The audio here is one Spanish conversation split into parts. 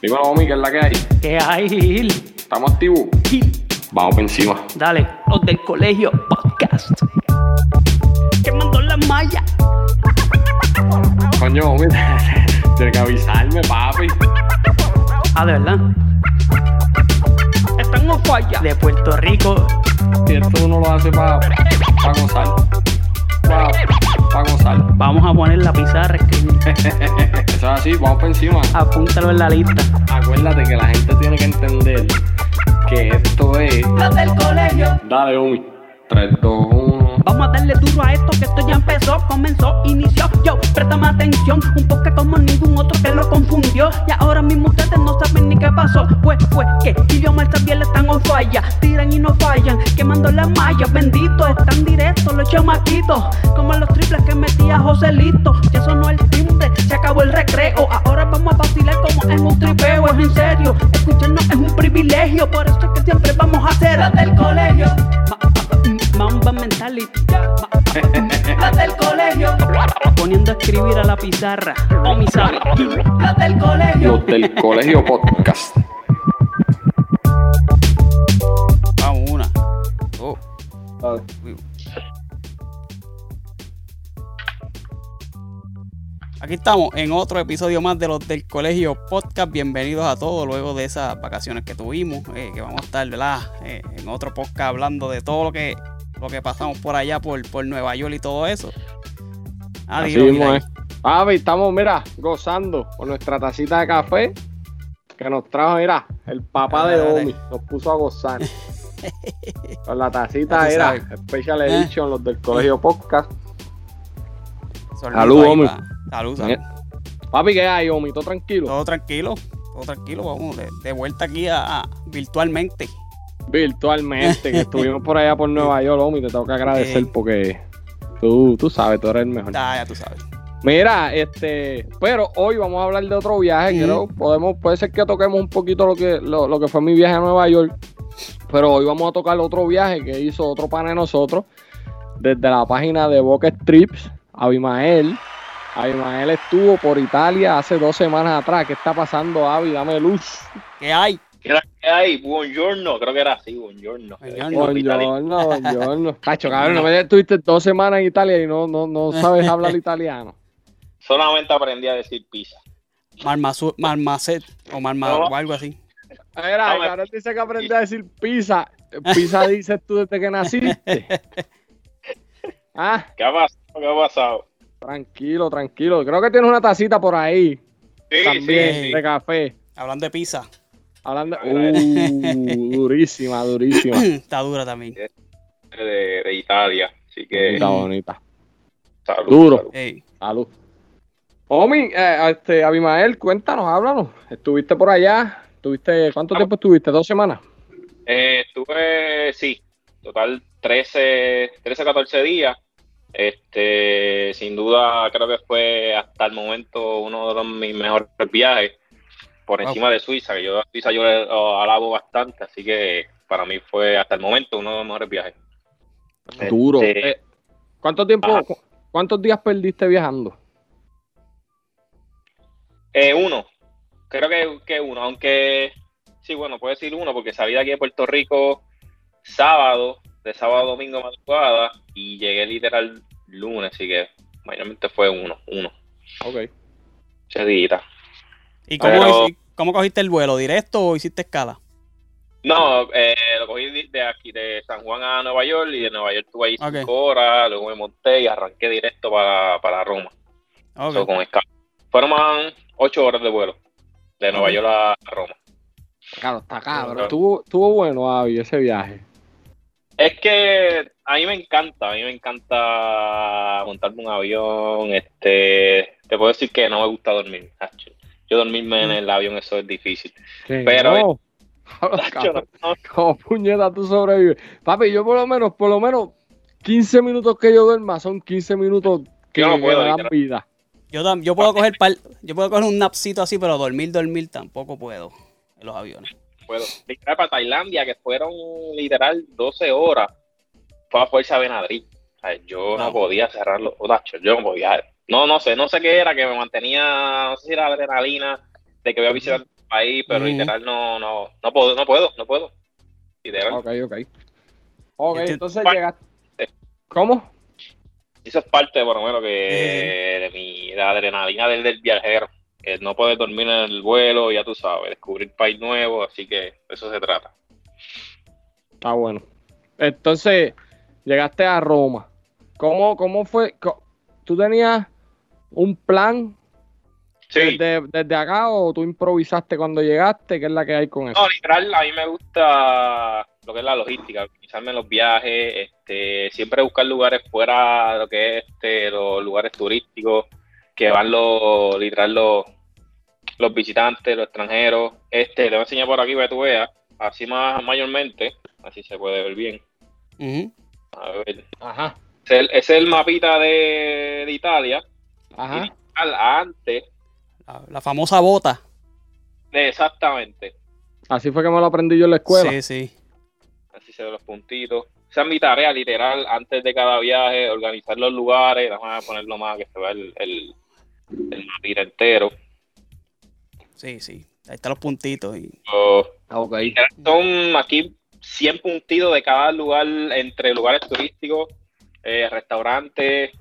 Dímelo, homie, ¿qué es la que hay? ¿Qué hay, Gil? ¿Estamos activos? Gil, Vamos por encima. dale, los del colegio podcast. Quemando la malla. Coño, homie, tienes que avisarme, papi. Ah, ¿de verdad? Están en falla. De Puerto Rico. Y esto uno lo hace para gozar. Para gozar. Vamos a poner la pizarra, escribir. Eso es así, vamos por encima. Apúntalo en la lista. Acuérdate que la gente tiene que entender que esto es... Los del colegio. Dale, homie. 3, 2, 1... Vamos a darle duro a esto, que esto ya empezó, comenzó, inició. Yo, préstame atención, un podcast como ningún otro que lo confundió. Y ahora mismo ustedes no saben ni qué pasó. Fue que Gilio Marta bien están on falla. Tiran y no fallan, quemando las mallas. Bendito, están directos los chamaquitos. Como los triples que metía Joselito. Ya sonó el timbre, se acabó el recreo. Ahora vamos a vacilar como en un tripeo. Es en serio, escucharnos es un privilegio. Por eso es que siempre vamos a hacer las del colegio. Mamba mentality. Las del colegio. Poniendo a escribir a la pizarra. Oh, mi sabe. Las del colegio. Los del colegio podcast. Vamos, una. Oh. Dale. Aquí estamos en otro episodio más de los del colegio podcast. Bienvenidos a todos luego de esas vacaciones que tuvimos, que vamos a estar, ¿verdad? En otro podcast hablando de todo lo que pasamos por allá por Nueva York y todo eso. Así mismo es. Papi, estamos, mira, gozando con nuestra tacita de café que nos trajo, mira, el papá de Omi. Nos puso a gozar. Con la tacita era Special Edition, los del colegio podcast. Salud, Omi. Salud. Papi, ¿qué hay, Omi? ¿Todo tranquilo? Todo tranquilo. Vamos de vuelta aquí a virtualmente. Virtualmente, que estuvimos por allá por Nueva York, Omi. Te tengo que agradecer porque tú sabes, tú eres el mejor. Ya tú sabes. Mira, pero hoy vamos a hablar de otro viaje. Puede ser que toquemos un poquito lo que fue mi viaje a Nueva York. Pero hoy vamos a tocar otro viaje que hizo otro pana de nosotros desde la página de Bucket Trips, Abimael. Abimael estuvo por Italia hace 2 semanas atrás. ¿Qué está pasando, Avi? Dame luz. ¿Qué hay? ¿Qué hay? Buongiorno, creo que era así, buongiorno. Buongiorno. Cacho, cabrón, no me estuviste 2 semanas en Italia y no sabes hablar italiano. Solamente aprendí a decir pizza. Marmacet o algo así. Mira, cabrón dice que aprendí a decir pizza. Pizza dices tú desde que naciste. ¿Qué ha pasado? Tranquilo. Creo que tienes una tacita por ahí. Sí, también, sí. de café. Hablando de pizza. Durísima. Está dura también. De Italia, así que... Bonita. Salud. Duro. Salud. Salud. Omi, Abimael, cuéntanos, háblanos. ¿Estuviste por allá? ¿Cuánto tiempo estuviste? 2 semanas. Estuve, sí, total 13, 14 días. Sin duda creo que fue hasta el momento uno de mis mejores viajes por encima de Suiza, que yo a Suiza yo lo alabo bastante, así que para mí fue hasta el momento uno de los mejores viajes. Duro. ¿Cuántos días perdiste viajando? Uno, creo que uno, aunque sí, bueno, puedo decir uno porque salí de aquí de Puerto Rico de sábado a domingo madrugada y llegué literal lunes, así que mayormente fue uno. Ok. Chedita. ¿Y cómo cogiste el vuelo? ¿Directo o hiciste escala? No, lo cogí de aquí, de San Juan a Nueva York, y de Nueva York estuve ahí 5 horas, luego me monté y arranqué directo para Roma. Okay. Con escala. Fueron más 8 horas de vuelo, de Nueva York a Roma. Claro, está cabrón. Estuvo bueno, Avi, ese viaje. Es que a mí me encanta montarme un avión. Te puedo decir que no me gusta dormir. Yo dormirme en el avión, eso es difícil. ¿Qué? Pero no. Como puñeta tú sobrevives. Papi, yo por lo menos 15 minutos que yo duerma son 15 minutos que no puedo, me dan vida. Yo puedo coger un napsito así, pero dormir tampoco puedo en los aviones. Puedo. Literal para Tailandia, que fueron literal 12 horas, fue a fuerza de Benadryl. O sea, yo no podía cerrarlo. Yo no podía. No sé qué era, que me mantenía, no sé si era adrenalina, de que voy a visitar país, pero literal no puedo. Literal. Ok, entonces llegaste. ¿Cómo? Eso es parte, por lo menos, de la adrenalina del viajero. Que no puedes dormir en el vuelo, ya tú sabes, descubrir país nuevo, así que de eso se trata. Ah, bueno. Entonces, llegaste a Roma. ¿Cómo fue? ¿Tú tenías un plan desde acá o tú improvisaste cuando llegaste? ¿Qué es la que hay con eso? No, literal, a mí me gusta lo que es la logística, organizarme en los viajes, siempre buscar lugares fuera de lo que es los lugares turísticos, que van los visitantes, los extranjeros. Le voy a enseñar por aquí para que tú veas, así mayormente, así se puede ver bien. A ver. Ajá. Ese es el mapita de Italia. Ajá. Y antes. La famosa bota. Exactamente. Así fue que me lo aprendí yo en la escuela. Sí. Así se ven los puntitos. Esa es mi tarea, literal, antes de cada viaje, organizar los lugares. Vamos a ponerlo más que se vea el mapita entero. Sí. Ahí están los puntitos. Son aquí 100 puntitos de cada lugar, entre lugares turísticos, restaurantes,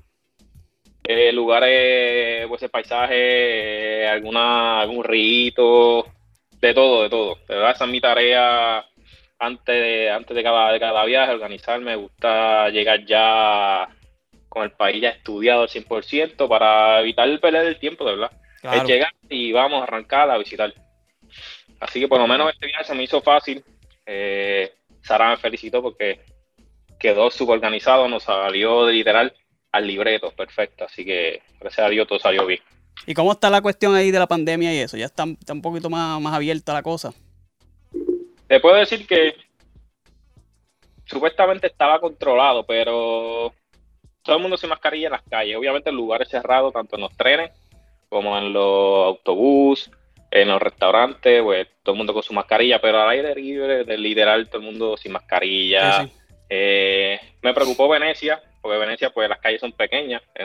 lugares, pues el paisaje, algún río, de todo. De verdad, esa es mi tarea antes de cada viaje, organizarme. Me gusta llegar ya con el país ya estudiado al 100% para evitar perder el tiempo, de verdad. Claro. Es llegar y vamos a arrancar a visitar. Así que por lo menos este viaje se me hizo fácil. Sara me felicitó porque quedó súper organizado, nos salió de literal al libreto, perfecto. Así que gracias a Dios todo salió bien. ¿Y cómo está la cuestión ahí de la pandemia y eso? ¿Ya está un poquito más abierta la cosa? Te puedo decir que supuestamente estaba controlado, pero todo el mundo sin mascarilla en las calles. Obviamente en lugares cerrados, tanto en los trenes como en los autobuses, en los restaurantes, pues todo el mundo con su mascarilla, pero al aire libre, literal, todo el mundo sin mascarilla. Sí. Me preocupó Venecia, porque Venecia, pues las calles son pequeñas, es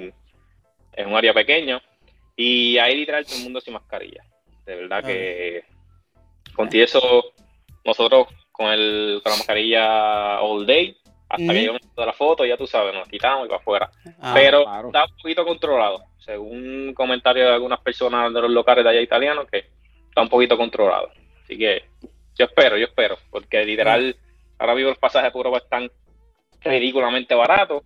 un área pequeño, y ahí literal todo el mundo sin mascarilla. De verdad que con eso nosotros con la mascarilla all day, hasta que llegamos a la foto, ya tú sabes, nos quitamos y para afuera. Pero claro, está un poquito controlado, según comentarios de algunas personas de los locales de allá italianos, que está un poquito controlado. Así que yo espero, porque literal, ahora mismo los pasajes por Europa están ridículamente baratos.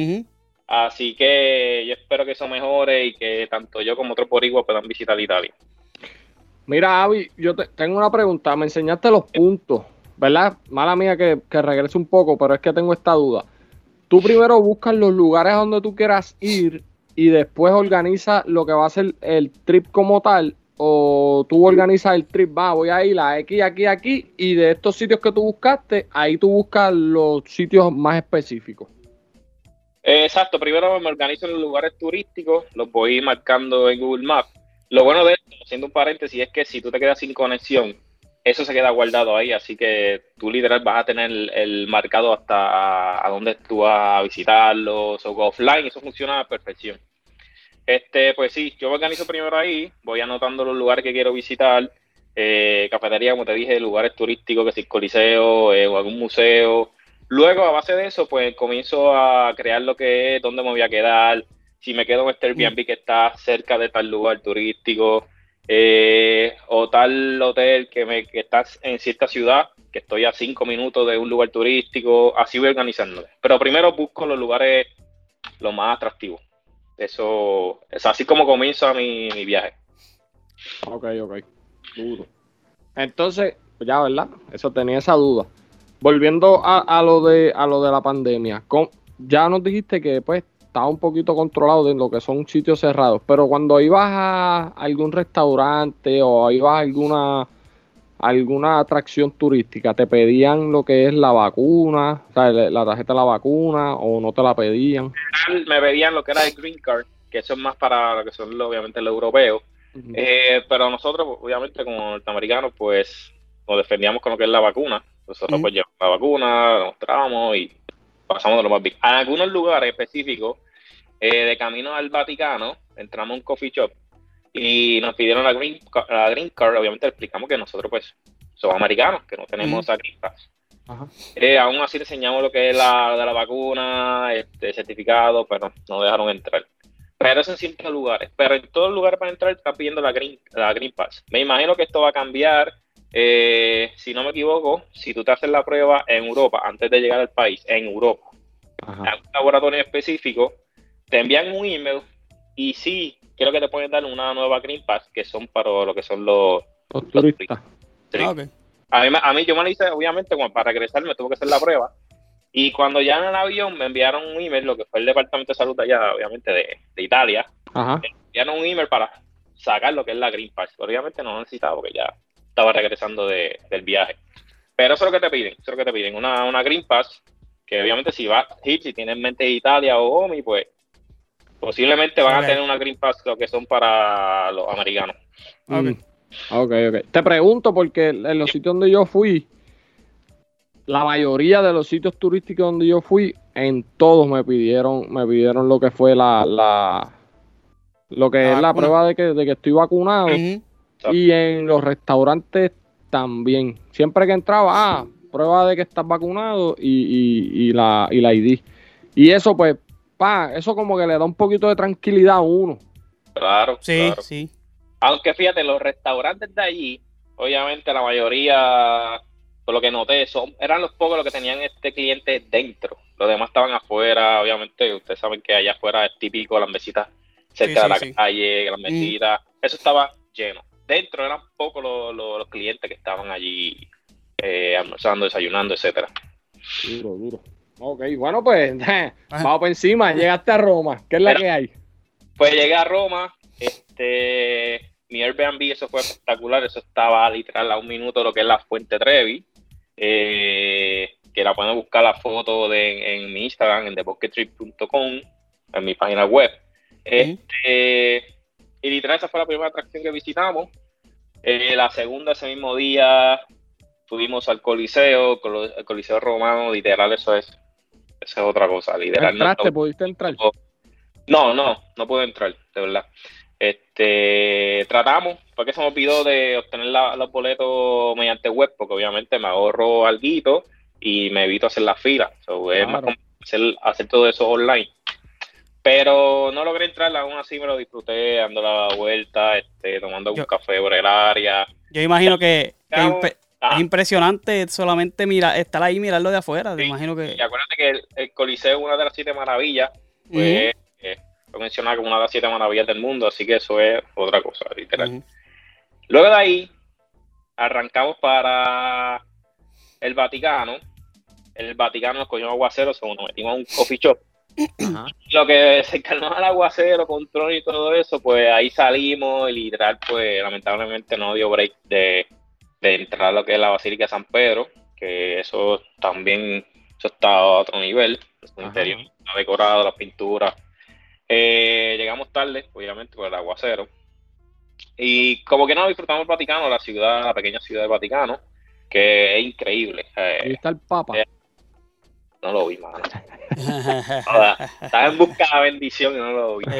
Así que yo espero que eso mejore y que tanto yo como otros boricuas puedan visitar Italia. Mira, Avi, yo tengo una pregunta. Me enseñaste los puntos, ¿verdad? Mala mía que regrese un poco, pero es que tengo esta duda. Tú primero buscas los lugares a donde tú quieras ir y después organizas lo que va a ser el trip como tal, o tú organizas el trip, voy a ir a aquí, y de estos sitios que tú buscaste, ahí tú buscas los sitios más específicos. Exacto, primero me organizo en los lugares turísticos, los voy marcando en Google Maps. Lo bueno de esto, haciendo un paréntesis, es que si tú te quedas sin conexión, eso se queda guardado ahí, así que tú literal vas a tener el marcado hasta a dónde tú vas a visitarlos, o offline, eso funciona a la perfección. Pues sí, yo me organizo primero ahí, voy anotando los lugares que quiero visitar, cafetería, como te dije, lugares turísticos, que si el Coliseo o algún museo. Luego, a base de eso, pues comienzo a crear lo que es, dónde me voy a quedar, si me quedo en este Airbnb que está cerca de tal lugar turístico, o tal hotel que está en cierta ciudad, que estoy a 5 minutos de un lugar turístico, así voy organizándome. Pero primero busco los lugares los más atractivos. Eso es así como comienza mi viaje. Ok. Duro. Entonces, ya, ¿verdad? Eso tenía esa duda. Volviendo a lo de la pandemia, ya nos dijiste que pues estaba un poquito controlado de lo que son sitios cerrados, pero cuando ibas a algún restaurante o ibas a alguna atracción turística, ¿te pedían lo que es la vacuna, o sea, la tarjeta de la vacuna, o no te la pedían? Me pedían lo que era el Green Card, que eso es más para lo que son obviamente los europeos, pero nosotros obviamente como norteamericanos pues nos defendíamos con lo que es la vacuna. Nosotros pues llevamos la vacuna, la mostramos y pasamos de lo más bien. En algunos lugares específicos, de camino al Vaticano, entramos a un coffee shop y nos pidieron la green card. Obviamente le explicamos que nosotros pues somos americanos, que no tenemos esa green card. Ajá. Aún así le enseñamos lo que es la de la vacuna, certificado, pero no dejaron entrar. Pero eso en ciertos lugares. Pero en todos los lugares para entrar están pidiendo la green pass. Me imagino que esto va a cambiar. Si no me equivoco, si tú te haces la prueba en Europa, antes de llegar al país, en Europa, Ajá. en un laboratorio específico, te envían un email y sí, creo que te pueden dar una nueva green pass, que son para lo que son los turistas. Sí. Ah, ok. A mí yo me la hice, obviamente, como para regresar me tuve que hacer la prueba. Y cuando ya en el avión me enviaron un email, lo que fue el Departamento de Salud allá, obviamente, de Italia, Ajá. me enviaron un email para sacar lo que es la Green Pass. Obviamente no lo necesitaba porque ya estaba regresando del viaje. Pero eso es lo que te piden, una Green Pass, que obviamente si vas, si tienes en mente Italia o OMI, pues posiblemente van a tener una Green Pass, lo que son para los americanos. Ok. Te pregunto porque en los sitios donde yo fui, la mayoría de los sitios turísticos donde yo fui, en todos me pidieron lo que fue lo que es la prueba de que estoy vacunado. Y en los restaurantes también. Siempre que entraba, prueba de que estás vacunado y la ID. Y eso pues, eso como que le da un poquito de tranquilidad a uno. Claro, sí, claro. Sí. Aunque fíjate, los restaurantes de allí, obviamente la mayoría, por lo que noté, eran los pocos los que tenían cliente dentro. Los demás estaban afuera. Obviamente, ustedes saben que allá afuera es típico las mesitas cerca de la calle, las mesitas. Eso estaba lleno. Dentro eran pocos los clientes que estaban allí almorzando, desayunando, etcétera. Duro. Ok, bueno pues, vamos por encima. Llegaste a Roma. ¿Qué es la que hay? Pues llegué a Roma. Mi Airbnb, eso fue espectacular. Eso estaba literal a un minuto de lo que es la Fuente Trevi, que la pueden buscar la foto en mi Instagram, en thebosquetrip.com, en mi página web. Y literal esa fue la primera atracción que visitamos. La segunda, ese mismo día, fuimos al Coliseo, el Coliseo Romano. Literal, eso es otra cosa. Literal, ¿Entraste? ¿Pudiste entrar? No pude entrar, de verdad. Tratamos, porque se me olvidó de obtener los boletos mediante web, porque obviamente me ahorro alguito y me evito hacer la fila. Es más como hacer todo eso online. Pero no logré entrar, aún así me lo disfruté, dando la vuelta, tomando un café por el área. Yo imagino que es impresionante solamente estar ahí y mirarlo de afuera. Sí, imagino que... Y acuérdate que el Coliseo es una de las 7 maravillas, pues fue mencionada como una de las 7 maravillas del mundo, así que eso es otra cosa, literal. Luego de ahí, arrancamos para el Vaticano. El Vaticano nos cogió un aguacero, nos metimos a un coffee shop. Lo que se calmó el aguacero, control y todo eso, pues ahí salimos y literal, pues lamentablemente no dio break de entrar a lo que es la Basílica de San Pedro, que eso también, eso está a otro nivel, el interior está decorado, las pinturas. Llegamos tarde, obviamente, por el aguacero. Y como que no disfrutamos el Vaticano, la pequeña ciudad del Vaticano, que es increíble. Ahí está el Papa. No lo vi, mano. Estaba en busca de la bendición y no lo vi.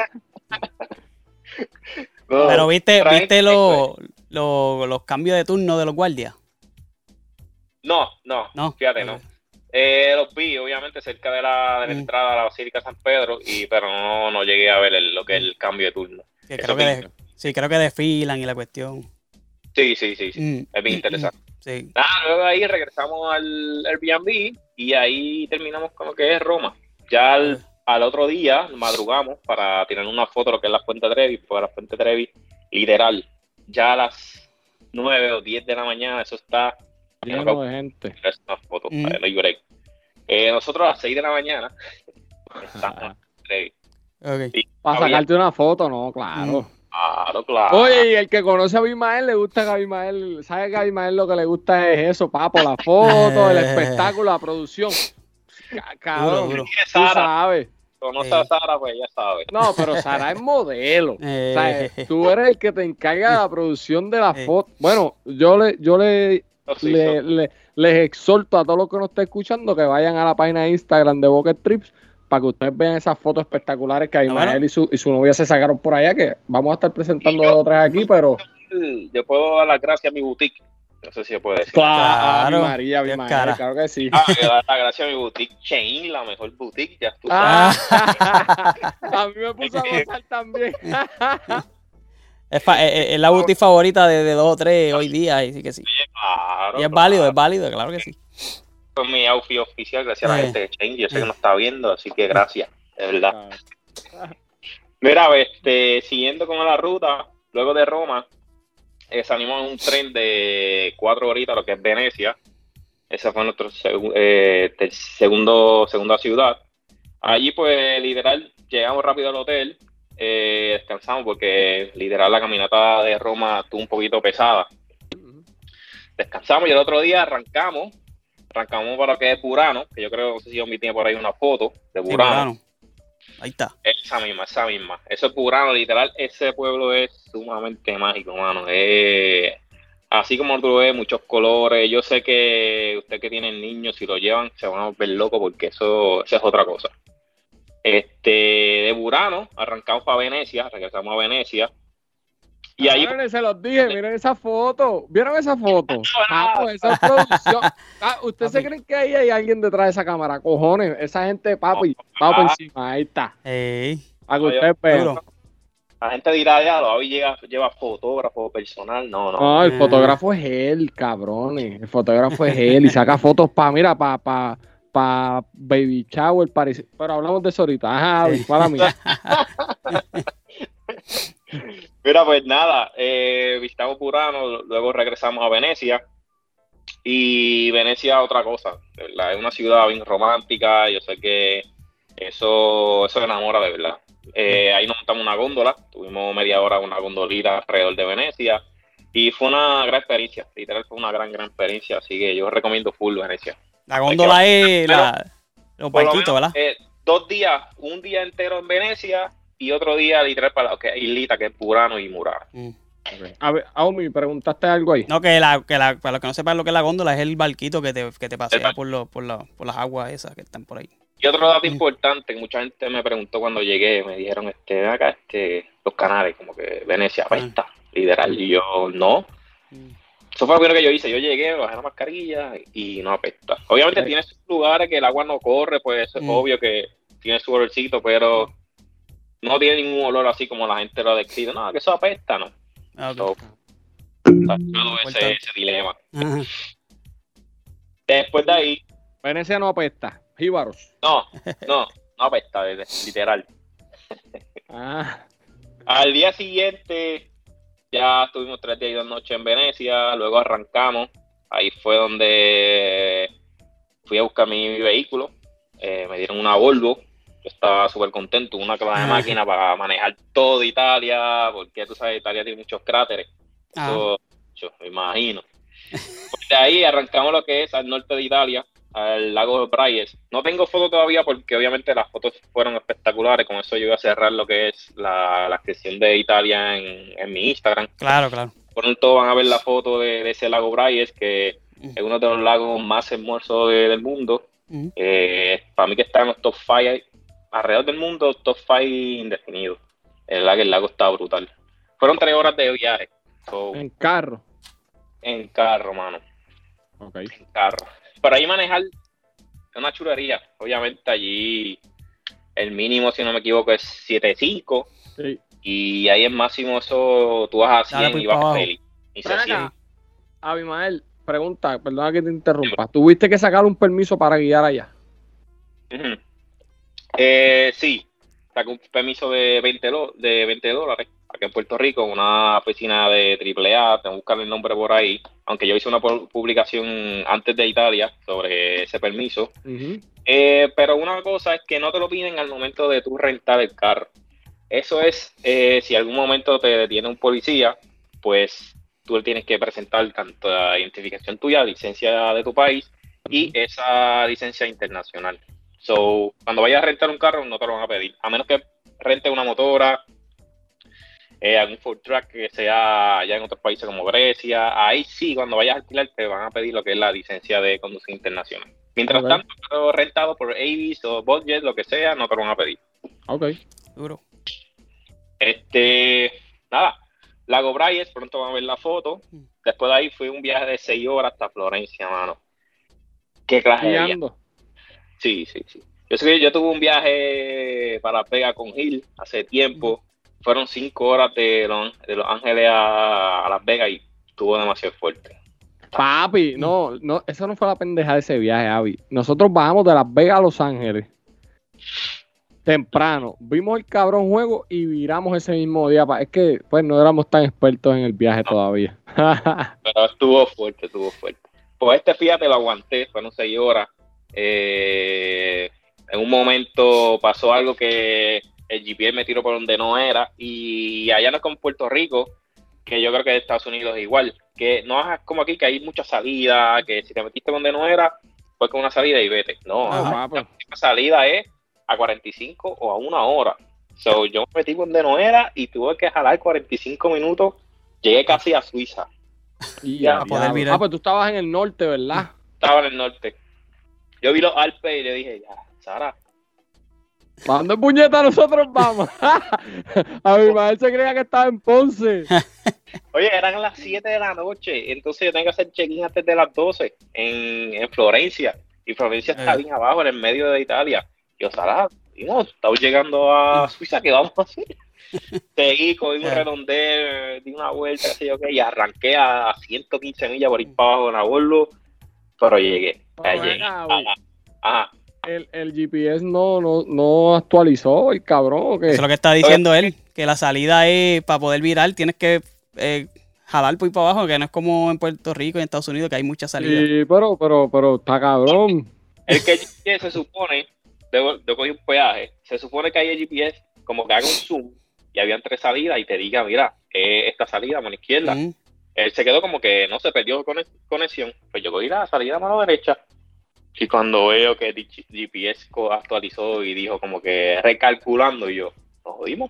Pero viste los cambios de turno de los guardias. No, fíjate, no. Los vi, obviamente, cerca de la entrada a la Basílica de San Pedro, pero no llegué a ver lo que es el cambio de turno. Creo que desfilan y la cuestión. Sí. Es bien interesante. Sí. Luego de ahí regresamos al Airbnb y ahí terminamos con lo que es Roma. Ya al otro día madrugamos para tirar una foto de lo que es la Fuente Trevi, porque la Fuente Trevi, literal, ya a las 9 o 10 de la mañana, eso está lleno de gente. Una foto, nosotros a las 6 de la mañana estamos en Trevi. Para sacarte una foto, no, claro. Claro. Oye, y el que conoce a Abimael, le gusta que Abimael, sabe que a Abimael lo que le gusta es eso, papo, la foto, el espectáculo, la producción. Cabrón, duro. Tú sabes. Conoce a Sara, pues ya sabe. No, pero Sara es modelo. O sea, tú eres el que te encarga de la producción de la foto. Bueno, yo les exhorto a todos los que nos estén escuchando que vayan a la página de Instagram de Bucket Trips, para que ustedes vean esas fotos espectaculares que Abimael y su novia se sacaron por allá, que vamos a estar presentando otras aquí, pero... Yo puedo dar las gracias a mi boutique. No sé si se puede decir. Claro, María, claro que sí. Yo dar las gracias a mi boutique Chain, la mejor boutique, ya tú sabes. A mí me puso a gozar también. Es la boutique favorita de 2 o 3 hoy día, y sí que sí. Claro, y es válido, claro que sí. Fue mi outfit oficial, gracias a la gente de Chain. Yo sé que no está viendo, así que gracias, de verdad. Mira, siguiendo con la ruta, luego de Roma, salimos en un tren de 4 horitas, lo que es Venecia. Esa fue nuestra segunda ciudad. Allí, pues, literal, llegamos rápido al hotel, descansamos porque, literal, la caminata de Roma estuvo un poquito pesada. Descansamos y el otro día arrancamos para lo que es Burano, que yo creo, no sé si omití por ahí una foto de Burano. Sí, ahí está. Esa misma. Eso es Burano, literal, ese pueblo es sumamente mágico, mano. Así como tú lo ves, muchos colores. Yo sé que ustedes que tienen niños, si lo llevan, se van a volver locos porque eso es otra cosa. De Burano, arrancamos para Venecia, regresamos a Venecia. Y ahí se los dije, miren esa foto. ¿Vieron esa foto? Pues esa es producción. ¿Ustedes se creen que ahí hay alguien detrás de esa cámara? Cojones, esa gente, papi, va por encima, ahí está. A que ustedes vean. La gente dirá, ya, lleva fotógrafo personal. No, el fotógrafo es él, cabrones. El fotógrafo es él y saca fotos para baby shower, pero hablamos de eso ahorita. Ajá, para mí. Mira, pues nada, visitamos Burano, luego regresamos a Venecia. Y Venecia, otra cosa, de verdad, es una ciudad bien romántica. Yo sé que eso enamora de verdad. Ahí nos montamos una góndola, tuvimos media hora una gondolita alrededor de Venecia y fue una gran experiencia, literal fue una gran experiencia, así que yo recomiendo full Venecia. La góndola es los barquitos, ¿verdad? 2 días, un día entero en Venecia y otro día literal para la islita que es Burano y Murano. Okay. A ver, Aumi, ¿preguntaste algo ahí? No, para los que no sepan lo que es la góndola, es el barquito que te pasea por las aguas esas que están por ahí. Y otro dato importante que mucha gente me preguntó cuando llegué, me dijeron, acá, los canales, como que Venecia apesta, literal, y yo, no. Eso fue lo primero que yo hice, yo llegué, bajé la mascarilla y no apesta. Obviamente tiene sus lugares que el agua no corre, pues es obvio que tiene su olorcito, pero no tiene ningún olor así como la gente lo describe, no, que eso apesta, ¿no? Ese dilema. Después de ahí, Venecia no apesta. Jíbaros. No apesta, literal. Al día siguiente ya estuvimos 3 días y 2 noches en Venecia, luego arrancamos. Ahí fue donde fui a buscar mi vehículo. Me dieron una Volvo. Yo estaba súper contento, una clase de máquina para manejar todo Italia, porque tú sabes, Italia tiene muchos cráteres. Eso, yo me imagino. Pues de ahí arrancamos lo que es al norte de Italia, al lago de Braies. No tengo fotos todavía porque obviamente las fotos fueron espectaculares. Con eso yo voy a cerrar lo que es la sección de Italia en mi Instagram. Claro. Pronto van a ver la foto de ese lago Braies, que es uno de los lagos más hermosos del mundo. Para mí que está en los top 5 alrededor del mundo, top 5 indefinidos. El lago está brutal. Fueron 3 horas de viaje. ¿En carro? En carro, mano. Okay. En carro. Pero ahí manejar es una chulería. Obviamente allí el mínimo, si no me equivoco, es 7.5. Sí. Y ahí el máximo eso tú vas a 100 y vas feliz. Y se siente. Abimael, pregunta, perdona que te interrumpa. ¿Tuviste que sacar un permiso para guiar allá? Sí. Saqué un permiso de $20 aquí en Puerto Rico, una oficina de AAA, tengo que buscar el nombre por ahí, aunque yo hice una publicación antes de Italia sobre ese permiso. Pero una cosa es que no te lo piden al momento de tú rentar el carro. Eso es, si algún momento te detiene un policía, pues tú le tienes que presentar tanto la identificación tuya, licencia de tu país y esa licencia internacional. So, cuando vayas a rentar un carro no te lo van a pedir, a menos que rente una motora. algún food truck que sea ya en otros países como Grecia. Ahí sí, cuando vayas a alquilar te van a pedir lo que es la licencia de conducir internacional. Mientras tanto, pero rentado por Avis o Budget, lo que sea, no te lo van a pedir. Ok. Duro. Nada, Lago Braies, pronto van a ver la foto. Después de ahí fue un viaje de 6 horas hasta Florencia, mano. Qué clase de viaje. Sí. Yo sé que yo tuve un viaje para Vega con Gil hace tiempo. Fueron 5 horas de Los Ángeles a Las Vegas y estuvo demasiado fuerte. Papi, no, eso no fue la pendeja de ese viaje, Avi. Nosotros bajamos de Las Vegas a Los Ángeles temprano, vimos el cabrón juego y viramos ese mismo día. Es que pues no éramos tan expertos en el viaje todavía. Pero estuvo fuerte. Pues fíjate, lo aguanté, fueron 6 horas. En un momento pasó algo que el GPS me tiró por donde no era, y allá no es como Puerto Rico, que yo creo que en Estados Unidos es igual, que no es como aquí, que hay muchas salidas, que si te metiste donde no era, pues con una salida y vete. No, la salida es a 45 o a 1 hora. So, yo me metí donde no era y tuve que jalar 45 minutos, llegué casi a Suiza. Pues tú estabas en el norte, ¿verdad? Estaba en el norte. Yo vi los Alpes y le dije, ya, Sara, ¿para dónde puñeta nosotros vamos? A mi madre se creía que estaba en Ponce. Oye, eran las 7 de la noche, entonces yo tengo que hacer check-in antes de las 12 en Florencia. Y Florencia está bien abajo, en el medio de Italia. Yo, Sara, estamos llegando a Suiza, ¿qué vamos a hacer? Seguí, cogí un redondel, di una vuelta, y arranqué a 115 millas por ir para abajo en Aborlo, pero llegué. El GPS no actualizó el cabrón, ¿o qué? Eso es lo que está diciendo él, que la salida es, para poder virar, tienes que jalar por ir para abajo, que no es como en Puerto Rico y en Estados Unidos, que hay muchas salidas. Sí, pero está cabrón. El que el GPS se supone, yo cogí un peaje, se supone que hay el GPS como que haga un zoom y habían 3 salidas y te diga, mira, esta salida a mano izquierda. Él se quedó como que no se perdió conexión. Pues yo cogí la salida a mano derecha. Y cuando veo que el GPS actualizó y dijo como que recalculando, y yo, ¿nos jodimos?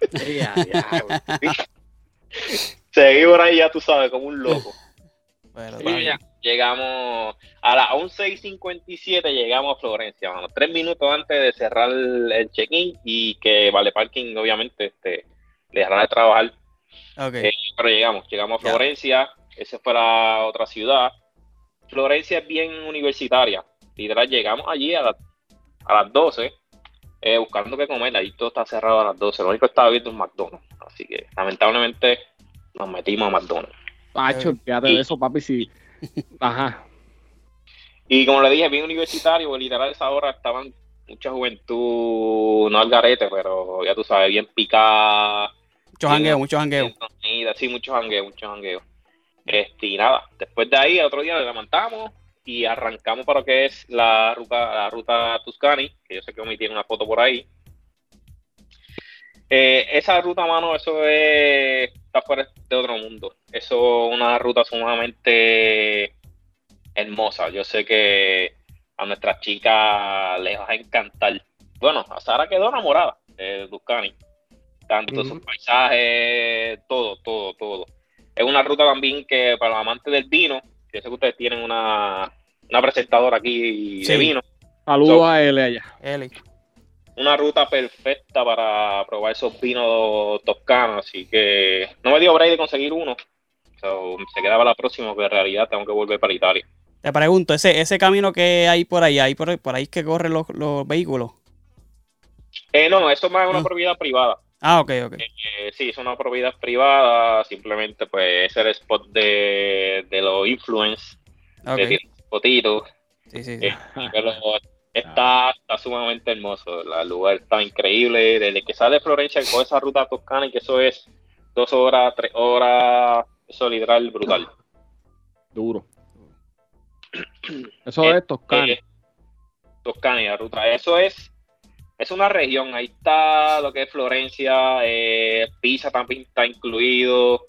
Seguí por ahí, ya tú sabes, como un loco. Bueno, llegamos a las 11:57, llegamos a Florencia, mano. 3 minutos antes de cerrar el check-in y que Vale Parking, obviamente, le dejará de trabajar. Okay. Pero llegamos a Florencia, esa fue la otra ciudad. Florencia es bien universitaria. Literal, llegamos allí a las 12 buscando qué comer. Ahí todo está cerrado a las 12. Lo único que estaba abierto es McDonald's. Así que, lamentablemente, nos metimos a McDonald's. Fíjate de eso, papi, sí. Ajá. Y como le dije, bien universitario, pues, literal, a esa hora estaban mucha juventud, no al garete, pero ya tú sabes, bien picada. Mucho jangueo. Sí, mucho jangueo. Y nada, después de ahí, el otro día nos levantamos y arrancamos para lo que es la ruta Tuscany, que yo sé que Omi tiene una foto por ahí. Esa ruta, mano, está fuera de otro mundo. Eso es una ruta sumamente hermosa. Yo sé que a nuestras chicas les va a encantar. Bueno, a Sara quedó enamorada de Tuscany. Tanto sus paisajes, todo. Es una ruta también que para los amantes del vino, yo sé que ustedes tienen una presentadora aquí de vino. Saludos a Eli allá. Una ruta perfecta para probar esos vinos toscanos, así que no me dio break de conseguir uno. Se quedaba la próxima, pero en realidad tengo que volver para Italia. Te pregunto, ese camino que hay por ahí, por ahí que corren los vehículos. No, eso es más una propiedad privada. Ok. Sí, es una propiedad privada, simplemente pues es el spot de los influencers, de fotitos. Sí. Pero está sumamente hermoso, el lugar está increíble, desde que sale de Florencia con esa ruta toscana, y que eso es 2 horas, 3 horas, eso literal brutal. Duro. Eso es Toscana. Toscana, la ruta, eso es una región, ahí está lo que es Florencia, Pisa también está incluido,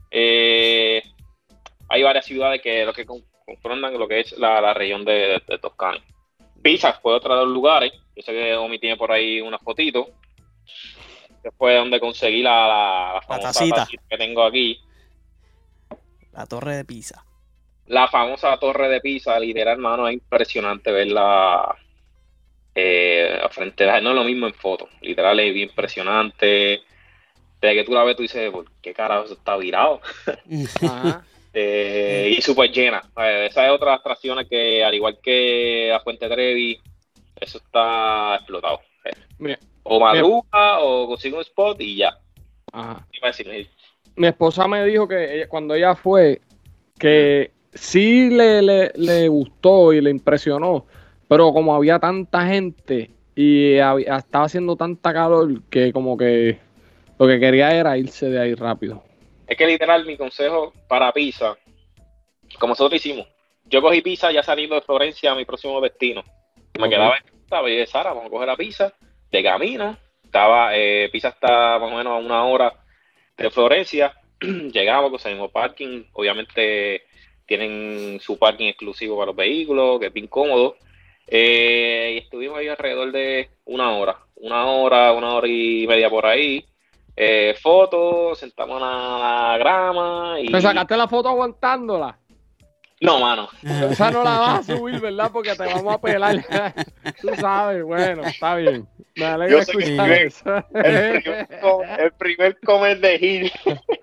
hay varias ciudades que lo que confrontan lo que es la región de Toscana. Pisa fue otro de los lugares, yo sé que Omi tiene por ahí una fotito. que fue donde conseguí la famosa tacita que tengo aquí. La Torre de Pisa. La famosa Torre de Pisa, literal, hermano, es impresionante verla frente a no es lo mismo en fotos. Literal, es bien impresionante. Desde que tú la ves, tú dices, ¿por qué carajo eso está virado? Ajá. Y súper llena. Esa es otra atracción que, al igual que la Fuente Trevi, eso está explotado. Mira, O madruga o consigue un spot y ya. ajá. Iba a decir, Mi esposa me dijo que cuando ella fue, que sí le gustó y le impresionó, pero como había tanta gente y estaba haciendo tanta calor que como que lo que quería era irse de ahí rápido. es que literal mi consejo para Pisa, como nosotros hicimos, yo cogí Pisa ya saliendo de Florencia a mi próximo destino. Me quedaba en Pisa, y dije, Sara, vamos a coger la Pisa de camino. Pisa está más o menos a 1 hora de Florencia. Llegamos, conseguimos parking. Obviamente tienen su parking exclusivo para los vehículos, que es bien cómodo. Y estuvimos ahí alrededor de 1 hora, 1 hora y media por ahí. Fotos, sentamos en la grama y... ¿Te sacaste la foto aguantándola? No, mano. Esa no la vas a subir, ¿verdad? Porque te vamos a pelar. Tú sabes, bueno, está bien. Me alegra Yo sé que escuchar eso. El primer comer de Gil.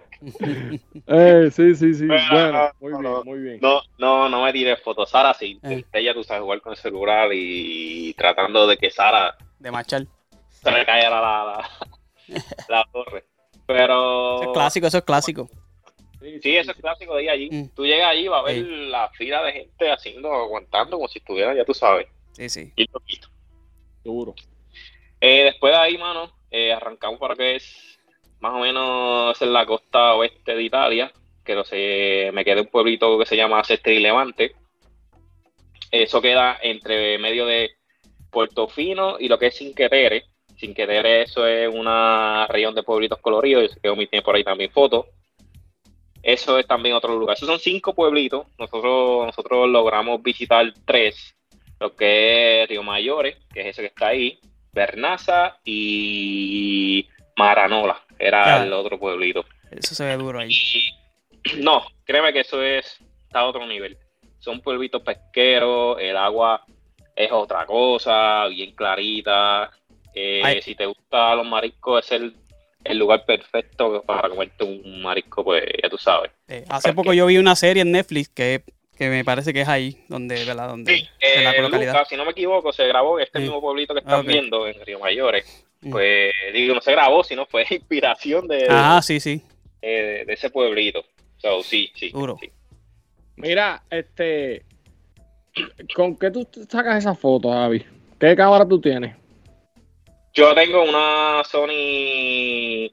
Sí. Bueno, Bueno, muy bien. No me tires fotos. Sara, sí. Ella, tú sabes, jugar con el celular y tratando de que Sara De marchar. se le caiga la torre. Pero... Eso es clásico. Sí, eso es clásico de ir allí. Tú llegas allí, vas a ver la fila de gente aguantando como si estuvieran, ya tú sabes. Sí. Y poquito. Seguro. Después de ahí, mano, arrancamos para que es más o menos en la costa oeste de Italia, que me quedé un pueblito que se llama Sestri Levante. Eso queda entre medio de Portofino y lo que es Cinque Terre. Cinque Terre, eso es una región de pueblitos coloridos, yo sé que Omi tiene por ahí también fotos. Eso es también otro lugar. Esos son 5 pueblitos. Nosotros logramos visitar 3. Lo que es Río Mayores, que es ese que está ahí. Vernazza y Maranola. Era el otro pueblito. Eso se ve duro ahí. No, créeme que está a otro nivel. Son pueblitos pesqueros. El agua es otra cosa, bien clarita. Si te gustan los mariscos, es el lugar perfecto para comerte un marisco, pues ya tú sabes. Hace poco yo vi una serie en Netflix que me parece que es ahí, donde sí, la localidad. Lucas, si no me equivoco, se grabó en este mismo pueblito que están viendo en Río Mayores. Pues digo, no se grabó, sino fue inspiración de ese pueblito. So, sí. Duro. Sí. Mira, ¿con qué tú sacas esa foto, Javi? ¿Qué cámara tú tienes? Yo tengo una Sony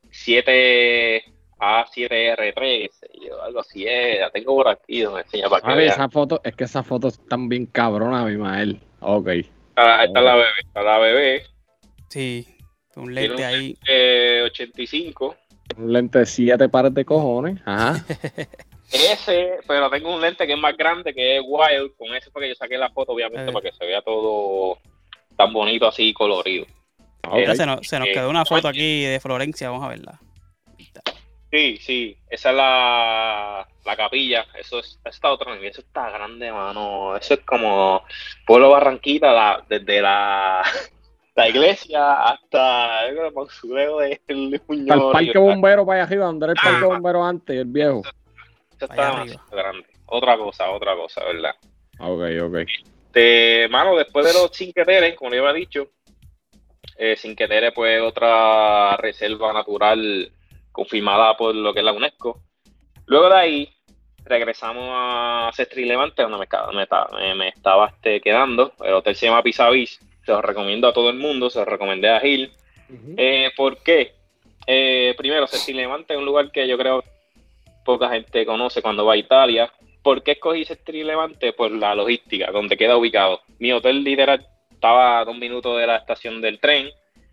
7A7R3, algo así es. La tengo por aquí, donde enseña para que vean. Esas fotos están bien cabronas, Abimael. Ok. Está la bebé. Sí, un lente ahí. 85. Un lente de 7 pares de cojones. Ajá. Pero tengo un lente que es más grande, que es Wild. Con ese fue que yo saqué la foto, obviamente, para que se vea todo tan bonito así, colorido. Okay. Se nos quedó una foto aquí de Florencia, vamos a verla. Sí, esa es la capilla. Eso está otro nivel, eso está grande, mano. Eso es como Pueblo Barranquita, desde la iglesia hasta el mausoleo del Hasta el parque bombero para allá arriba, donde era el parque bombero antes, el viejo. Eso está grande. Otra cosa, ¿verdad? Ok. Mano, después de los Cinque Terre, como yo había dicho, Cinque Terre, pues otra reserva natural confirmada por lo que es la UNESCO. Luego de ahí regresamos a Sestri Levante, donde me estaba quedando. El hotel se llama Pisa Beach. Se los recomiendo a todo el mundo, se los recomendé a Gil. ¿Por qué? Primero, Sestri Levante es un lugar que yo creo poca gente conoce cuando va a Italia. ¿Por qué escogí Sestri Levante? Por la logística, donde queda ubicado. Mi hotel literal estaba a 2 minutos de la estación del tren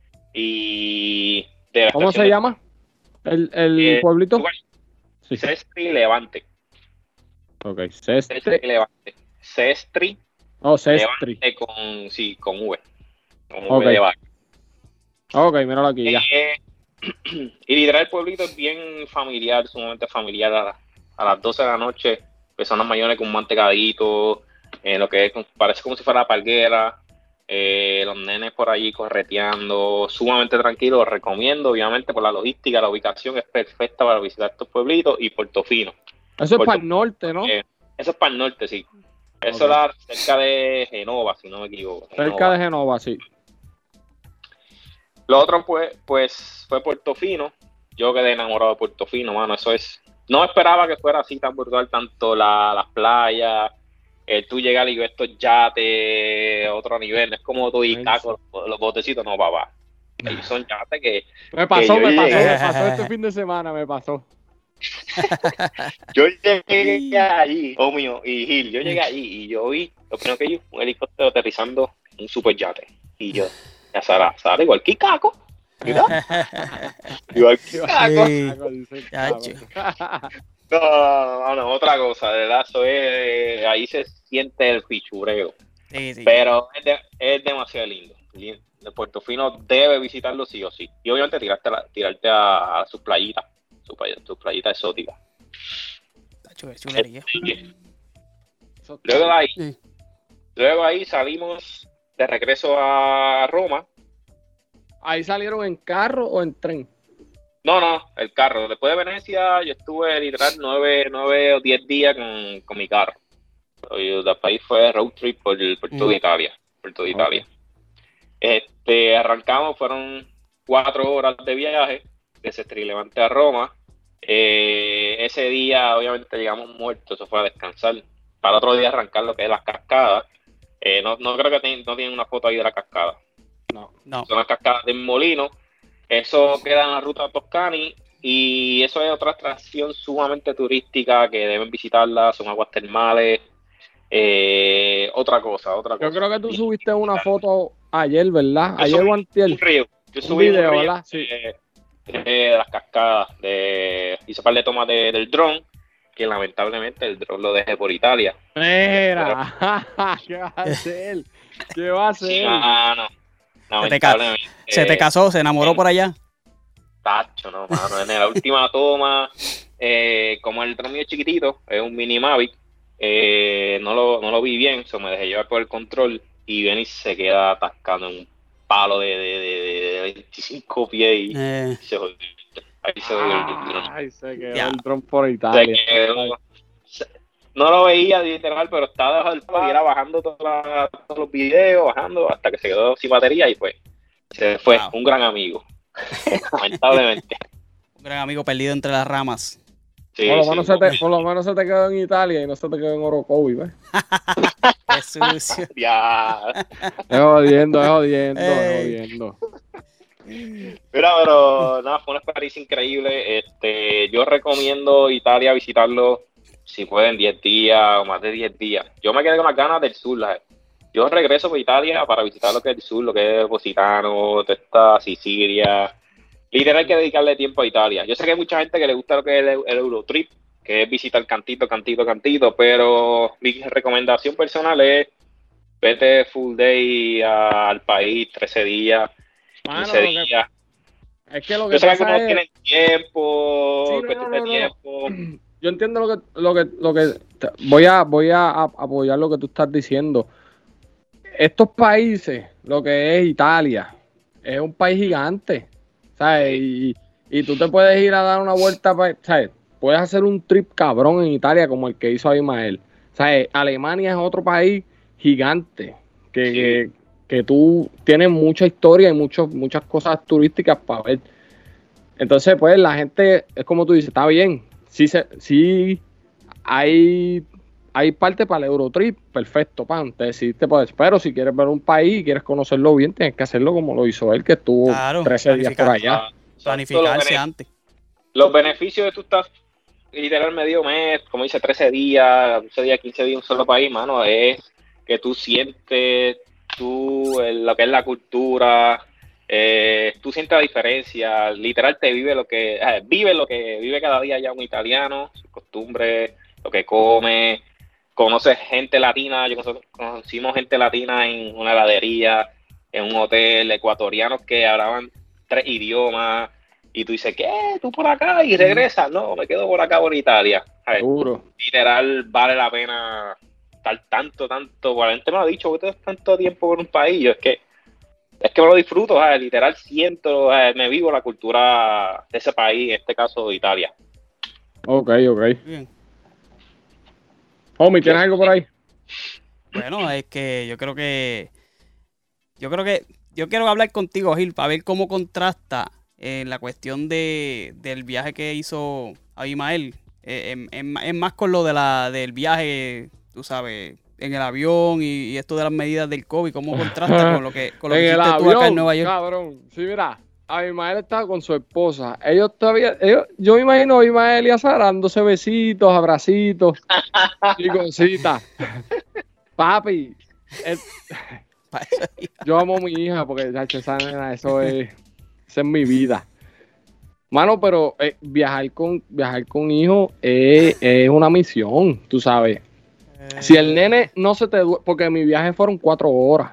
y de la ¿Cómo se llama el pueblito? Sí. Sestri Levante. Ok, Sestri Levante. Sestri. Oh, Sestri. Levante con V. Con V de vaca. Ok, míralo aquí, ya. Y literal el pueblito es bien familiar, sumamente familiar. A las 12 de la noche, personas mayores con un mantecadito, lo que parece como si fuera la palguera, los nenes por allí correteando, sumamente tranquilo, lo recomiendo, obviamente por la logística, la ubicación es perfecta para visitar estos pueblitos y Portofino. Eso es para el norte, ¿no? Eso es para el norte, sí. Eso Okay. era cerca de Genova, si no me equivoco. Cerca de Genova, sí. Lo otro, pues fue Portofino. Yo quedé enamorado de Portofino, mano. Eso es. No esperaba que fuera así tan brutal, tanto las playas, tú llegar y ver estos yates a otro nivel. No es como tú y Caco, los botecitos, no, papá. Ellos son yates que. Me pasó este fin de semana, me pasó. Yo llegué allí, mío, y Gil, yo llegué allí y yo vi, lo primero que vi, un helicóptero aterrizando un super yate. Y yo, ya Sara, igual que Caco. Mira. Igual que Caco. No, otra cosa, de verdad, eso es, ahí se siente el pichureo. Sí. Pero es demasiado lindo. El Portofino debe visitarlo sí o sí. Y obviamente tirarte a sus playitas. Sus playitas exóticas. Luego ahí salimos de regreso a Roma. ¿Ahí salieron en carro o en tren? No, el carro. Después de Venecia yo estuve literal 9 o 10 días con mi carro. Después ahí fue road trip por toda Italia. Arrancamos, fueron 4 horas de viaje desde Trilevante a Roma. Ese día obviamente llegamos muertos, eso fue a descansar. Para otro día arrancar lo que es las cascadas. No creo que no tienen una foto ahí de la cascada. No. Son las cascadas del Molino. Eso queda en la ruta Toscani y eso es otra atracción sumamente turística que deben visitarla. Son aguas termales. Otra cosa. Yo creo que tú subiste una foto ayer, ¿verdad? Ayer o antier. Yo subí un video, ¿verdad? Sí. De las cascadas, hice un par de tomas del dron, que lamentablemente el dron lo dejé por Italia. Mira, ¿qué va a hacer? ¿Qué va a hacer? No, lamentablemente. ¿Se te casó? ¿Se enamoró por allá? Tacho, no, mano. En la última toma, como el dron mío es chiquitito, es un mini Mavic, no lo vi bien, me dejé llevar por el control y viene y se queda atascando en un palo de 25 pies y se jodió. Ahí se jodió el dron. Ay, se quedó el dron por Italia. No lo veía literal, pero estaba debajo del palo y era bajando todos los videos, bajando hasta que se quedó sin batería y pues se fue. Wow. Un gran amigo. Lamentablemente. Un gran amigo perdido entre las ramas. Sí, por lo menos se te quedó en Italia y no se te quedó en Orocovi, ¿ves? Qué sucio. Ya. Es jodiendo. Pero nada, fue una experiencia increíble. Yo recomiendo Italia visitarlo si pueden 10 días o más de 10 días. Yo me quedé con las ganas del sur. Yo regreso por Italia para visitar lo que es el sur, lo que es Positano, toda esta Sicilia. Literal hay que dedicarle tiempo a Italia. Yo sé que hay mucha gente que le gusta lo que es el Eurotrip, que es visitar cantito, pero mi recomendación personal es vete full day al país, 13 días, 15 días. Es que lo que yo sé que pasa no tienen tiempo, tiempo. Yo entiendo lo que voy a apoyar lo que tú estás diciendo. Estos países, lo que es Italia, es un país gigante, ¿sabes? Y tú te puedes ir a dar una vuelta, ¿sabes? Puedes hacer un trip cabrón en Italia como el que hizo Abimael. ¿Sabes? Alemania es otro país gigante que tú tienes mucha historia y muchas cosas turísticas para ver. Entonces, pues la gente, es como tú dices, está bien. Sí hay parte para el Eurotrip, perfecto, te decidiste por eso. Pero si quieres ver un país y quieres conocerlo bien, tienes que hacerlo como lo hizo él, que estuvo 13 días por allá. Planificarse antes. Los beneficios de tú estás literal medio mes, como dice, 13 días, 15 días en un solo país, mano, es que tú sientes lo que es la cultura, tú sientes la diferencia, literal te vive lo que vive cada día ya un italiano, sus costumbres, lo que come, conoces gente latina. Nosotros conocimos gente latina en una heladería, en un hotel, ecuatorianos que hablaban 3 idiomas, y tú dices, ¿qué? ¿Tú por acá? Y regresas. No, me quedo por acá por Italia. Seguro. Literal, vale la pena estar tanto, la gente me lo ha dicho, que estás tanto tiempo por un país, es que me lo disfruto, literal siento, me vivo la cultura de ese país, en este caso Italia. Ok. Bien. Homie, ¿tienes algo por ahí? Bueno, es que yo quiero hablar contigo, Gil, para ver cómo contrasta la cuestión del viaje que hizo Abimael. Es más con lo del viaje, tú sabes, en el avión y esto de las medidas del COVID, cómo contrasta con lo que En el hiciste tú acá en Nueva avión, York. cabrón. Sí, mira, Abimael estaba con su esposa. Yo me imagino a Abimael y a Sara dándose besitos, abracitos y cositas. Papi, yo amo a mi hija porque esa nena, eso es mi vida. Mano, pero viajar con hijos es una misión, tú sabes. Si el nene no se te duerme, porque mi viaje fueron 4 horas.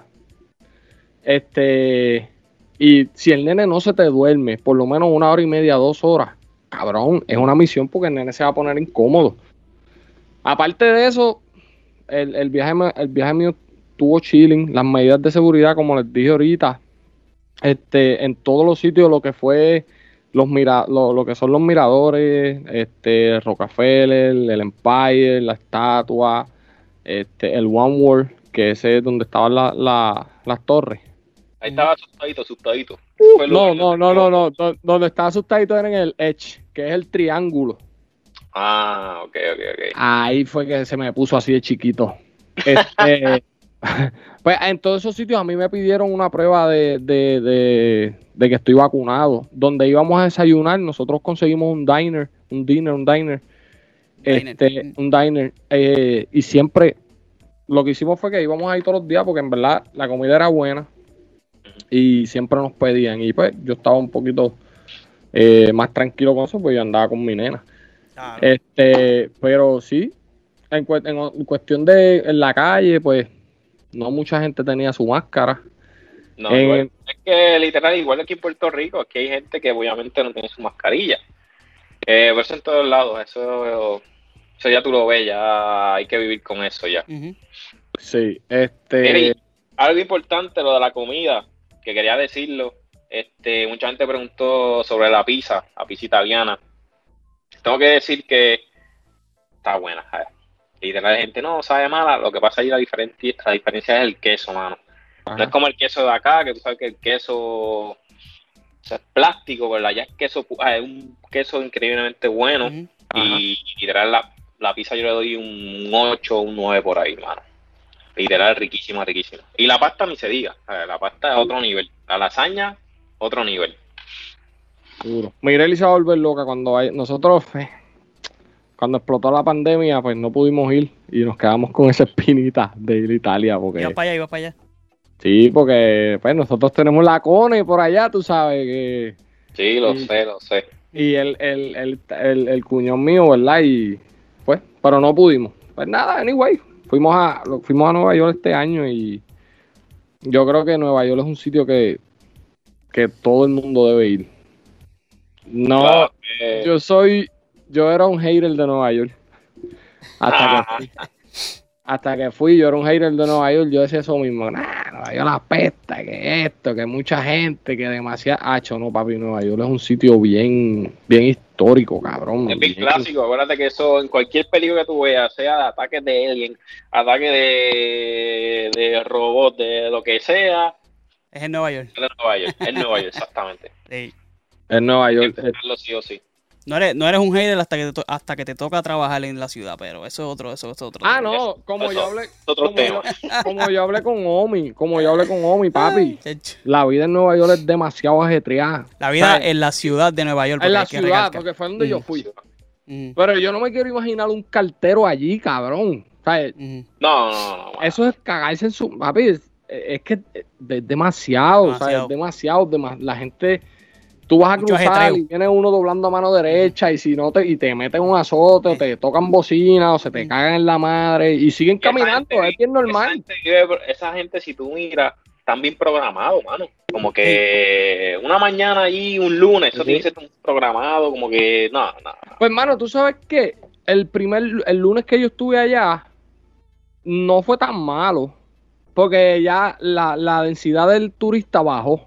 Y si el nene no se te duerme, por lo menos 1 hora y media, 2 horas, cabrón, es una misión porque el nene se va a poner incómodo. Aparte de eso, el viaje mío tuvo chilling, las medidas de seguridad, como les dije ahorita, en todos los sitios, lo que fue lo que son los miradores, Rockefeller, el Empire, la estatua, el One World, que ese es donde estaban las torres. Ahí estaba asustadito. No. Donde estaba asustadito era en el Edge, que es el triángulo. Ah, ok. Ahí fue que se me puso así de chiquito. Pues en todos esos sitios a mí me pidieron una prueba de que estoy vacunado. Donde íbamos a desayunar, nosotros conseguimos un diner. Y siempre lo que hicimos fue que íbamos ahí todos los días porque en verdad la comida era buena y siempre nos pedían. Y pues yo estaba un poquito más tranquilo con eso, pues yo andaba con mi nena. Claro. Pero sí, en cuestión de en la calle, pues no mucha gente tenía su máscara. No, es que literal, igual aquí en Puerto Rico, aquí hay gente que obviamente no tiene su mascarilla. Por eso en todos lados, eso ya tú lo ves, ya hay que vivir con eso ya. Uh-huh. Sí, Mira, algo importante, lo de la comida, que quería decirlo, mucha gente preguntó sobre la pizza italiana. Tengo que decir que está buena, literal, la gente no sabe mala, lo que pasa ahí la diferencia es el queso, mano. Ajá. No es como el queso de acá, que tú sabes que el queso es plástico, ¿verdad? Ya es queso, es un queso increíblemente bueno. Uh-huh. Y literal la pizza yo le doy un 8, un 9 por ahí, mano. Literal, riquísima. Y la pasta ni se diga, la pasta es otro nivel. La lasaña, otro nivel. Seguro. Mireli se va a volver loca nosotros... Cuando explotó la pandemia, pues no pudimos ir y nos quedamos con esa espinita de ir a Italia. Iba para allá. Sí, porque pues nosotros tenemos la Cone por allá, tú sabes que... Sí, lo sé. Y el cuñón mío, ¿verdad? Y pues, pero no pudimos. Pues nada, anyway, fuimos a Nueva York este año y yo creo que Nueva York es un sitio que todo el mundo debe ir. No, yo era un hater de Nueva York. Hasta que fui, yo era un hater de Nueva York. Yo decía eso mismo. Nueva York apesta, que esto, que mucha gente, que demasiado. No, papi, Nueva York es un sitio bien histórico, cabrón. Es bien clásico. Acuérdate que eso en cualquier película que tú veas, sea de ataques de alien, ataques de robots, de lo que sea. Es en Nueva York. Es Nueva York, exactamente. Sí. Es Nueva York. Sí o sí. No eres un hater hasta que te toca trabajar en la ciudad, pero eso es otro. No, como yo hablé con Omi, papi. La vida en Nueva York es demasiado ajetreada. La vida en la ciudad de Nueva York. En la ciudad, porque fue donde yo fui. Pero yo no me quiero imaginar un cartero allí, cabrón. ¿Sabes? No. Eso es cagarse en su... Papi, es que es demasiado. ¿Sabes? Demasiado. La gente... Tú vas a cruzar y viene uno doblando a mano derecha y si no y te meten un azote o te tocan bocina o se te cagan en la madre y siguen caminando, es bien normal. Esa gente, si tú miras, están bien programados, mano. Como que una mañana y un lunes, eso tiene que ser programado, como que no. Pues, mano, tú sabes que el lunes que yo estuve allá no fue tan malo, porque ya la densidad del turista bajó.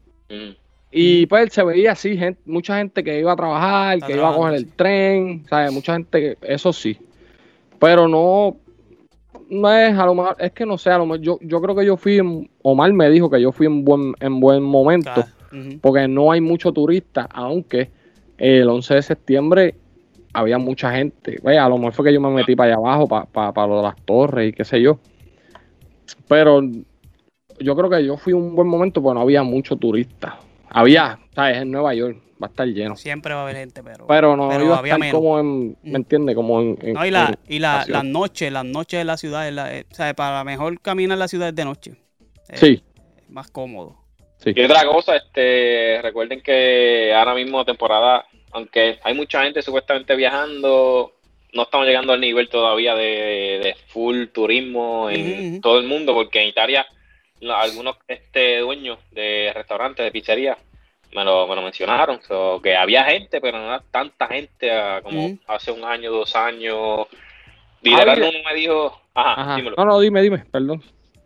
Y pues se veía así, mucha gente que iba a trabajar, que iba a coger el tren, ¿sabes? Mucha gente que, eso sí. Pero no es, a lo mejor, es que no sé, a lo mejor yo creo que yo fui, Omar me dijo que yo fui en buen momento, Claro. porque no hay mucho turista, aunque el 11 de septiembre había mucha gente. Vaya, a lo mejor fue que yo me metí para allá abajo, para lo de las torres y qué sé yo. Pero yo creo que yo fui en un buen momento porque no había mucho turista. Había, ¿sabes? En Nueva York va a estar lleno. Siempre va a haber gente, pero no iba a había estar menos. como en, ¿me entiendes? Como en No, y las noches de la ciudad, ¿sabes? Para mejor caminar la ciudad es de noche. Sí. Más cómodo. Sí. Y otra cosa, recuerden que ahora mismo temporada, aunque hay mucha gente supuestamente viajando, no estamos llegando al nivel todavía de full turismo en todo el mundo, porque en Italia algunos dueños de restaurantes, de pizzerías, me lo mencionaron, que había gente, pero no era tanta gente como hace un año, 2 años. Literal, uno me dijo, ajá. Dímelo. No, dime, perdón.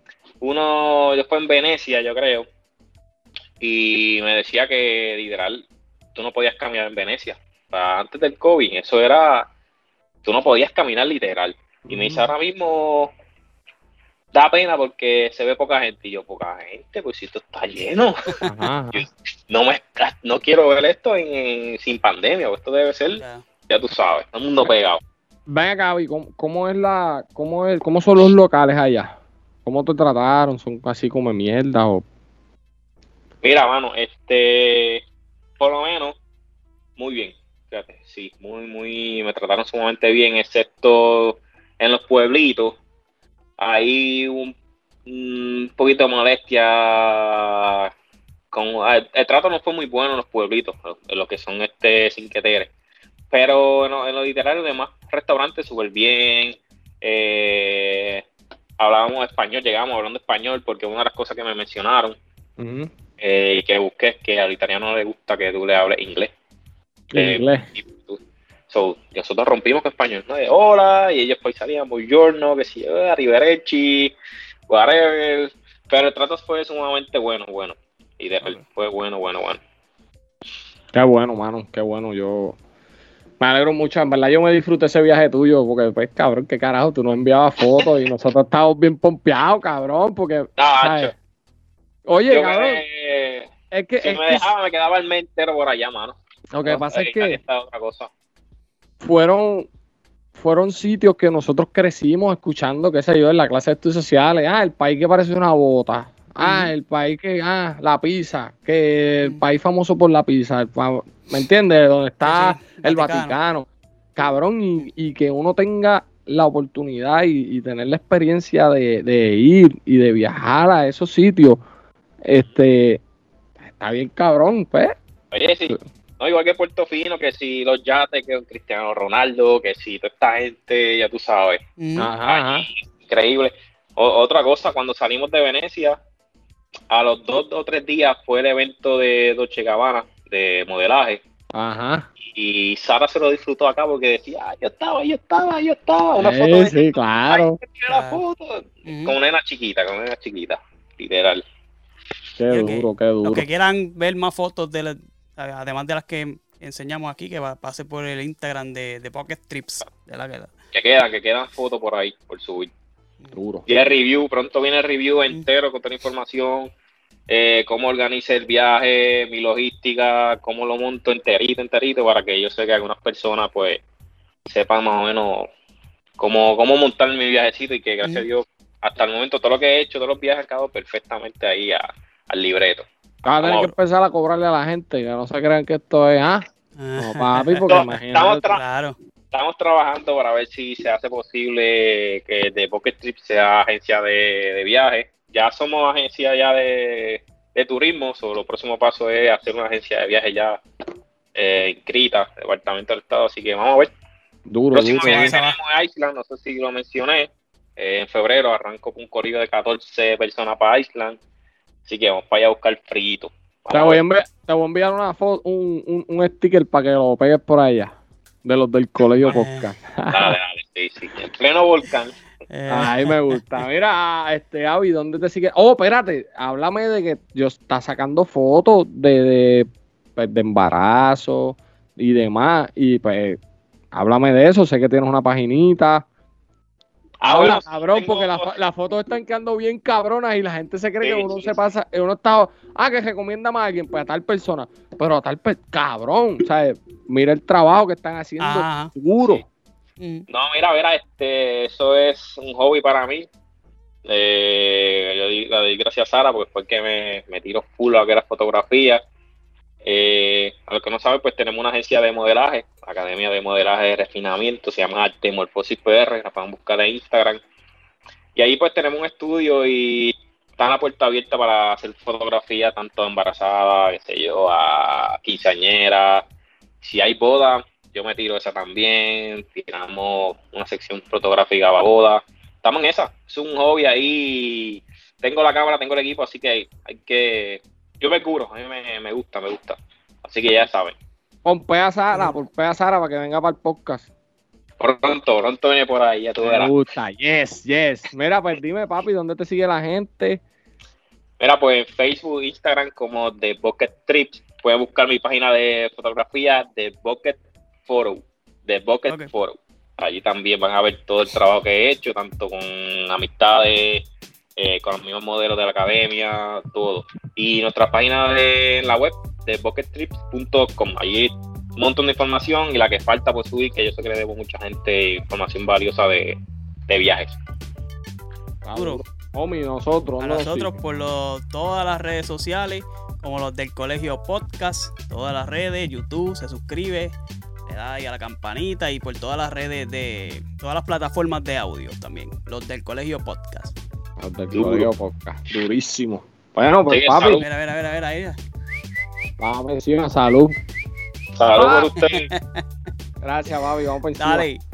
Yo fue en Venecia, yo creo, y me decía que literal, tú no podías caminar en Venecia. Antes del COVID, eso era, tú no podías caminar literal. Y me dice, ahora mismo da pena porque se ve poca gente. Y yo, poca gente, pues si esto está lleno. Yo no quiero ver esto sin pandemia, pues esto debe ser, ya tú sabes, todo el mundo pegado. Ven acá, Gaby, ¿cómo son los locales allá? ¿Cómo te trataron? ¿Son así como mierda o...? Mira, mano, por lo menos, muy bien. Fíjate, sí, me trataron sumamente bien, excepto en los pueblitos. Hay un poquito de molestia. El trato no fue muy bueno en los pueblitos, en lo que son cinqueteres. Pero en lo literario, demás restaurantes, súper bien. Hablábamos español, llegamos hablando español, porque una de las cosas que me mencionaron y que busqué es que al italiano no le gusta que tú le hables inglés. Nosotros rompimos con español, ¿no? De hola, y ellos pues salían buongiorno, que si arrivederci, whatever. Pero el trato fue sumamente bueno. Y fue bueno. Qué bueno, mano, qué bueno. Yo me alegro mucho, en verdad yo me disfruté ese viaje tuyo, porque pues cabrón, qué carajo, tú nos enviabas fotos y nosotros estábamos bien pompeados, cabrón, porque ¿sabes? Oye, cabrón, es que si me dejaba me quedaba el mes entero por allá, mano. Lo que pasa es que otra cosa. fueron sitios que nosotros crecimos escuchando, qué sé yo, en la clase de estudios sociales. El país que parece una bota. El país que, la pizza, que el país famoso por la pizza, ¿me entiendes? Donde está el Vaticano. Cabrón, y que uno tenga la oportunidad y tener la experiencia de ir y de viajar a esos sitios, está bien cabrón, pues. Oye, sí. No, igual que Puerto Fino, que si los yates, que Cristiano Ronaldo, que si toda esta gente, ya tú sabes. Ajá. Increíble. Otra cosa, cuando salimos de Venecia, a los 2 o 3 días fue el evento de Dolce & Gabbana, de modelaje. Ajá. Y Sara se lo disfrutó acá porque decía, yo estaba. Una foto de sí, claro. La foto. Con una nena chiquita, literal. Qué duro. Los que quieran ver más fotos, además de las que enseñamos aquí, que pase por el Instagram de Pocket Trips. Que quedan fotos por ahí, por subir. Duro. Y el review, pronto viene el review entero con toda la información, cómo organice el viaje, mi logística, cómo lo monto enterito, para que yo sé que algunas personas pues sepan más o menos cómo montar mi viajecito, y que gracias a Dios, hasta el momento todo lo que he hecho, todos los viajes han quedado perfectamente ahí al libreto. Vas a tener que empezar a cobrarle a la gente, que no se crean que esto es, no, papi, porque imagínate. Estamos trabajando para ver si se hace posible que The Pocket Trip sea agencia de viaje. Ya somos agencia ya de turismo, lo próximo paso es hacer una agencia de viaje ya inscrita, Departamento del Estado, así que vamos a ver. Duro. Próximo viaje tenemos Island, no sé si lo mencioné, en febrero arranco con un corrido de 14 personas para Island. Así que vamos para allá a buscar frito. Te voy a enviar una foto, un sticker para que lo pegues por allá. De los del colegio podcast. Dale, sí. En pleno volcán. Ay, me gusta. Mira, Avi, ¿dónde te sigue? Oh, espérate, háblame de que yo está sacando fotos de embarazo y demás. Y pues, háblame de eso. Sé que tienes una paginita. Habla, cabrón, porque las fotos están quedando bien cabronas y la gente se cree que uno se pasa, uno está, que recomienda más a alguien, pues a tal persona, pero a tal cabrón, ¿sabes? Mira el trabajo que están haciendo, seguro. Sí. No, mira, eso es un hobby para mí. Yo le doy gracias a Sara, porque fue el que me tiró full a que era fotografía. A los que no saben, pues tenemos una agencia de modelaje, Academia de Modelaje de Refinamiento, se llama Artemorfosis PR, la pueden buscar en Instagram. Y ahí pues tenemos un estudio y está la puerta abierta para hacer fotografía tanto embarazada, qué sé yo, a quinceañera. Si hay boda, yo me tiro esa también. Tiramos una sección fotográfica para boda. Estamos en esa, es un hobby ahí. Tengo la cámara, tengo el equipo, así que hay que... Yo me curo, a mí me gusta. Así que ya saben. Pompea a Sara para que venga para el podcast. Pronto viene por ahí, ya tú verás. Me gusta, yes. Mira, pues dime, papi, ¿dónde te sigue la gente? Mira, pues en Facebook, Instagram, como The Bucket Trips. Pueden buscar mi página de fotografía, The Bucket Photo. The Bucket Photo. Allí también van a ver todo el trabajo que he hecho, tanto con amistades, con los mismos modelos de la academia, todo. Y nuestra página de la web, de buckettrips.com. Allí un montón de información y la que falta por subir, que yo sé que le debo a mucha gente información valiosa de viajes. Duro. Homie, nosotros. A nosotros por todas las redes sociales, como los del Colegio Podcast, todas las redes, YouTube, se suscribe, le da ahí a la campanita y por todas las redes de todas las plataformas de audio también, los del Colegio Podcast. Los del Colegio Podcast, durísimo. Bueno, pues sí, papi. Salud. Mira ahí. Vamos encima, salud. Salud por usted. Gracias, papi, vamos por encima. Dale.